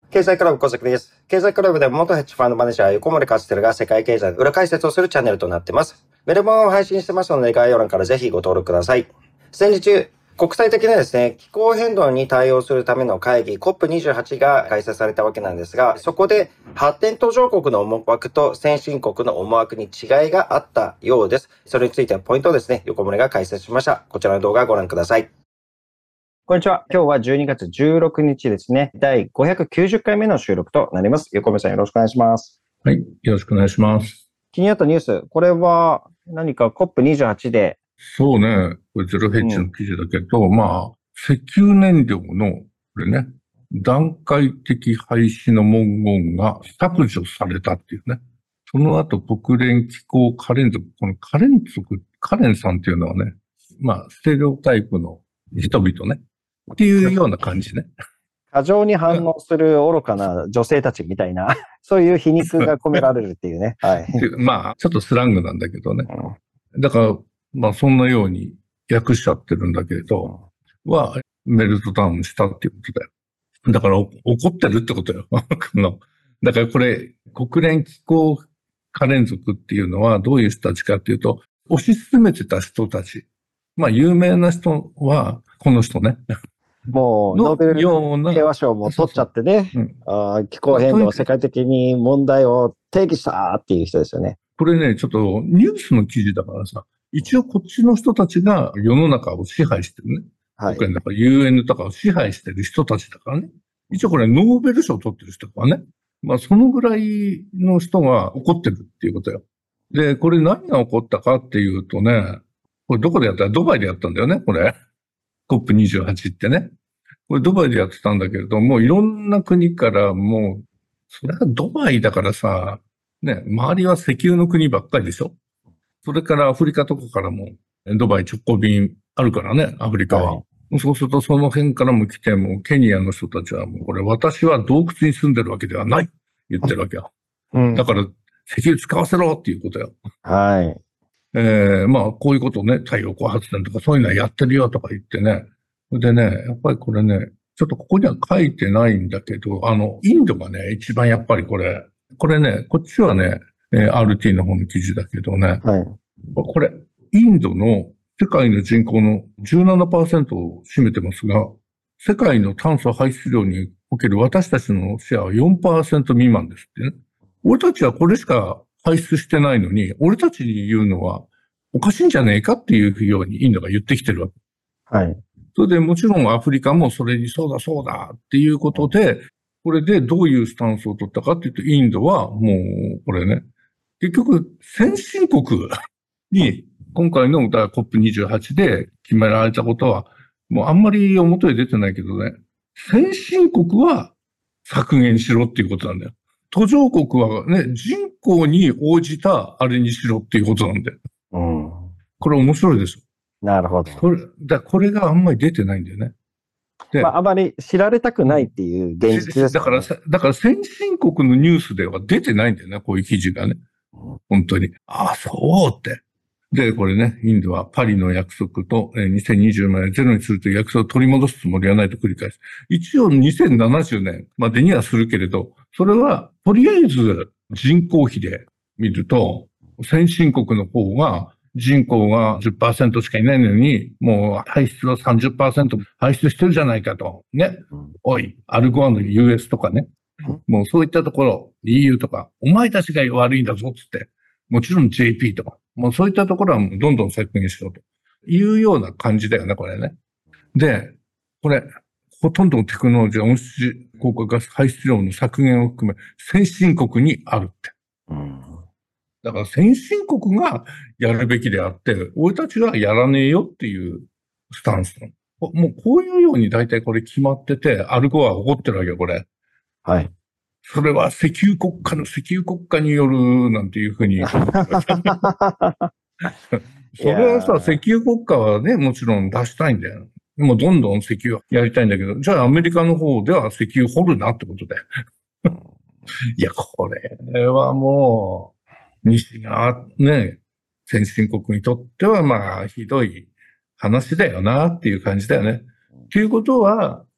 経済クラブ小関です。経済クラブでは元ヘッジファンドマネージャー横森和輝が世界経済の裏解説をするチャンネルとなっています。メルマガを配信してますので概要欄からぜひご登録ください。戦時中、国際的なですね、気候変動に対応するための会議 COP28 が開催されたわけなんですが、そこで発展途上国の思惑と先進国の思惑に違いがあったようです。それについてのポイントをですね、横森が解説しました。こちらの動画をご覧ください。こんにちは。今日は12月16日ですね。第590回目の収録となります。横目さんよろしくお願いします。 はい。よろしくお願いします。 気になったニュース、これは何か COP28 で。 そうね。これゼロヘッジの記事だけど、石油燃料の、これね、段階的廃止の文言が削除されたっていうね。その後、国連気候カレン族、このカレンさんっていうのはね、ステレオタイプの人々ね。っていうような感じね。 過剰に反応する愚かな女性たちみたいな、そういう皮肉が込められるっていうね。はい。 ちょっとスラングなんだけどね。だから、そんなように訳しちゃってるんだけど、メルトダウンしたっていうことだよ。だから怒ってるってことよ。だからこれ、国連気候カレン族っていうのはどういう人たちかっていうと、推し進めてた人たち。有名な人は、この人ね。 もう、ノーベル平和賞も取っちゃってね。気候変動、世界的に問題を提起したっていう人ですよね。 これね、ちょっとニュースの記事だからさ、一応こっちの人たちが世の中を支配してるね。 はい。 国連とか UN とかを支配してる人たちだからね。一応これノーベル賞を取ってる人だからね。そのぐらいの人が怒ってるっていうことよ。で、これ何が起こったかっていうとね、これどこでやったらドバイでやったんだよね、これ。COP28 ってね。これドバイでやってたんだけれども、いろんな国からもう、それはドバイだからさ、ね、周りは石油の国ばっかりでしょ。それからアフリカとかからも、ドバイ直行便あるからね、アフリカは。はい、そうするとその辺からも来て、もうケニアの人たちはもうこれ私は洞窟に住んでるわけではない。言ってるわけよ。だから石油使わせろっていうことよ。 はい。 こういうことね、太陽光発電とかそういうのはやってるよとか言ってね。でね、やっぱりこれね、ちょっとここには書いてないんだけど、インドがね、一番やっぱりこれね、こっちはね、RT の方の記事だけどね、 はい。 これ、インドの世界の人口の 17% を占めてますが、世界の炭素排出量における私たちのシェアは 4% 未満ですってね。俺たちはこれしか排出してないのに、俺たちに言うのはおかしいんじゃねえかっていうようにインドが言ってきてるわけ。 はい。 それでもちろんアフリカもそれにそうだっていうことで、これでどういうスタンスを取ったかっていうと、インドはもうこれね、結局先進国に今回の COP28 で決められたことは、もうあんまり表に出てないけどね、先進国は削減しろっていうことなんだよ。途上国はね、人口に応じたあれにしろっていうことなんだよ。これ面白いですよ。 なるほど。 これがあんまり出てないんだよね。 で、あまり知られたくないっていう現実ですね。 だから先進国のニュースでは出てないんだよね、こういう記事がね。本当に。ああ、そうって。で、これね、インドはパリの約束と2020年ゼロにするという約束を取り戻すつもりはないと繰り返す。一応2070年までにはするけれど、それはとりあえず人口比で見ると、先進国の方が人口が 10% しかいないのに、もう排出は 30% 排出してるじゃないかと。ね。おい、アルゴアの US とかね。もうそういったところ、EU とか、お前たちが悪いんだぞって。もちろん JP とか、もうそういったところはどんどん削減しろというような感じだよね、これね。で、これ、ほとんどのテクノロジー、温室効果ガス排出量の削減を含め、先進国にあるって。だから先進国がやるべきであって、俺たちはやらねえよっていうスタンス。もうこういうように大体これ決まってて、アルゴアが怒ってるわけよ、これ。 はい。 それは石油国家によるなんていうふうに。それはさ、石油国家はね、もちろん出したいんだよ。もうどんどん石油やりたいんだけど、じゃあアメリカの方では石油掘るなってことで。いや、これはもう、西側ね、先進国にとってはひどい話だよなっていう感じだよね。っていうことは、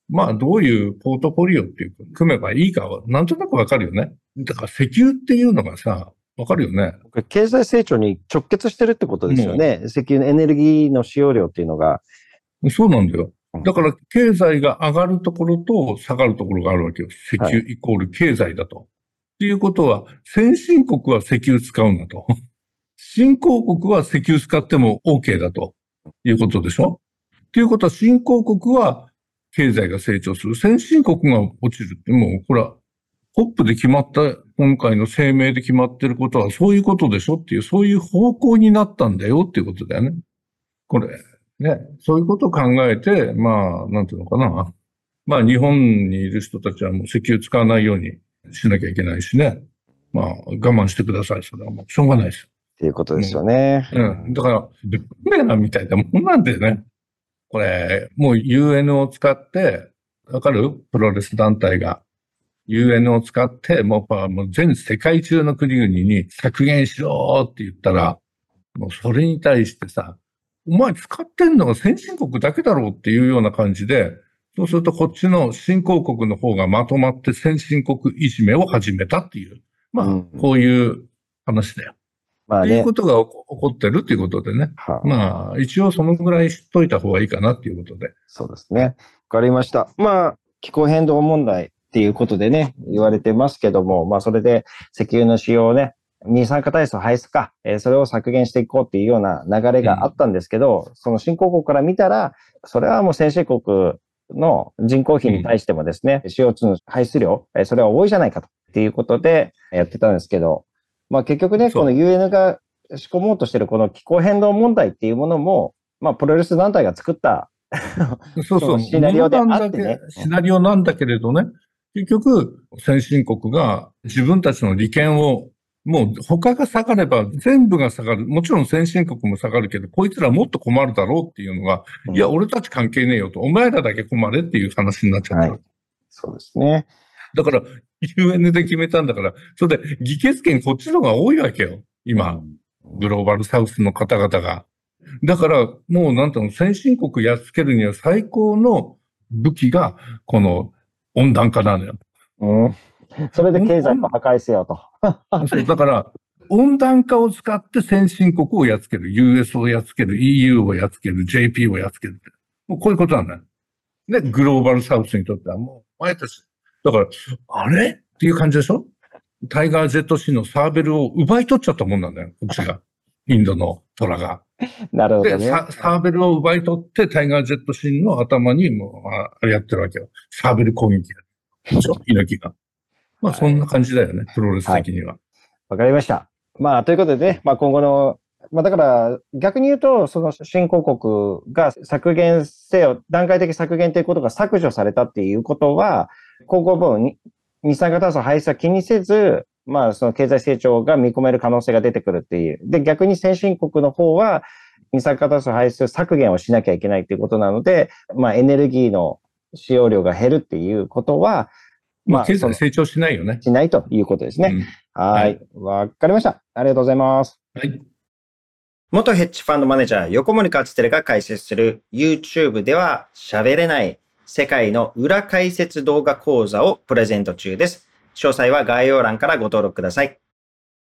まあどういうポートフォリオっていうか、組めばいいかはなんとなくわかるよね。だから石油っていうのがさ、わかるよね。 経済成長に直結してるってことですよね。石油のエネルギーの使用量っていうのが。 そうなんだよ。だから経済が上がるところと下がるところがあるわけよ。石油イコール経済だと。っていうことは、先進国は石油使うんだと。新興国は石油使っても OK だということでしょ。っていうことは、新興国は経済が成長する。先進国が落ちるって、もう、これは、トップで決まった、今回の声明で決まってることは、そういうことでしょっていう、そういう方向になったんだよっていうことだよね。これ、ね、そういうことを考えて、まあ、なんていうのかな。まあ、日本にいる人たちはもう石油使わないようにしなきゃいけないしね。まあ、我慢してください。それはもうしょうがないです。 っていうことですよね。 だから、ブッメランみたいなもんなんだよね。これ、もう UN を使って、わかる？プロレス団体が。UN を使って、もう全世界中の国々に削減しろって言ったら、もうそれに対してさ、お前使ってんのが先進国だけだろうっていうような感じで、そうするとこっちの新興国の方がまとまって先進国いじめを始めたっていう、まあ、こういう話だよ。 まあね。 っていうことが起こってるっていうことでね。まあ、一応そのぐらい知っといた方がいいかなっていうことで。 そうですね。わかりました。まあ、気候変動問題っていうことでね、言われてますけども、まあ、それで石油の使用をね、二酸化炭素排出か、それを削減していこうっていうような流れがあったんですけど、その新興国から見たら、それはもう先進国の人口比に対してもですね、CO2 の排出量、それは多いじゃないかとっていうことでやってたんですけど、まあ結局ね、この UN が仕込もうとしているこの気候変動問題っていうものも、まあプロレス団体が作ったそうそう、 シナリオであってね。 シナリオなんだけれどね、結局先進国が自分たちの利権をもう他が下がれば全部が下がる。もちろん先進国も下がるけど、こいつらもっと困るだろうっていうのが、いや、俺たち関係ねえよと、お前らだけ困れっていう話になっちゃった。 そうですね。 だから、UN で決めたんだから、それで議決権こっちの方が多いわけよ。今、グローバルサウスの方々が。だから、もうなんていうの、先進国やっつけるには最高の武器が、この温暖化なのよ。 それで経済を破壊せよと。 そう、だから、温暖化を使って先進国をやっつける。US をやっつける。EU をやっつける。JP をやっつける。もうこういうことなんだよ。で、グローバルサウスにとってはもう、前たち。だから、あれっていう感じでしょ？タイガージェットシーのサーベルを奪い取っちゃったもんなんだよ。こっちが。インドの虎が。 なるほどね。 で、サーベルを奪い取って、タイガージェットシーンの頭にもう、やってるわけよ。サーベル攻撃が。でしょ？猪木が。まあ、そんな感じだよね。プロレス的には。 わかりました。まあ、ということでね、まあ今後の、まあだから逆に言うと、その新興国が削減せよ、段階的削減ということが削除されたっていうことは、今後も二酸化炭素排出は気にせず、まあその経済成長が見込める可能性が出てくるっていう。で、逆に先進国の方は、二酸化炭素排出削減をしなきゃいけないっていうことなので、まあエネルギーの使用量が減るっていうことは、 まあ、経済成長しないよね。 しないということですね。はい。わかりました。ありがとうございます。 はい。 元ヘッジファンドマネージャー横森勝輝が解説する YouTube では喋れない世界の裏解説動画講座をプレゼント中です。詳細は概要欄からご登録ください。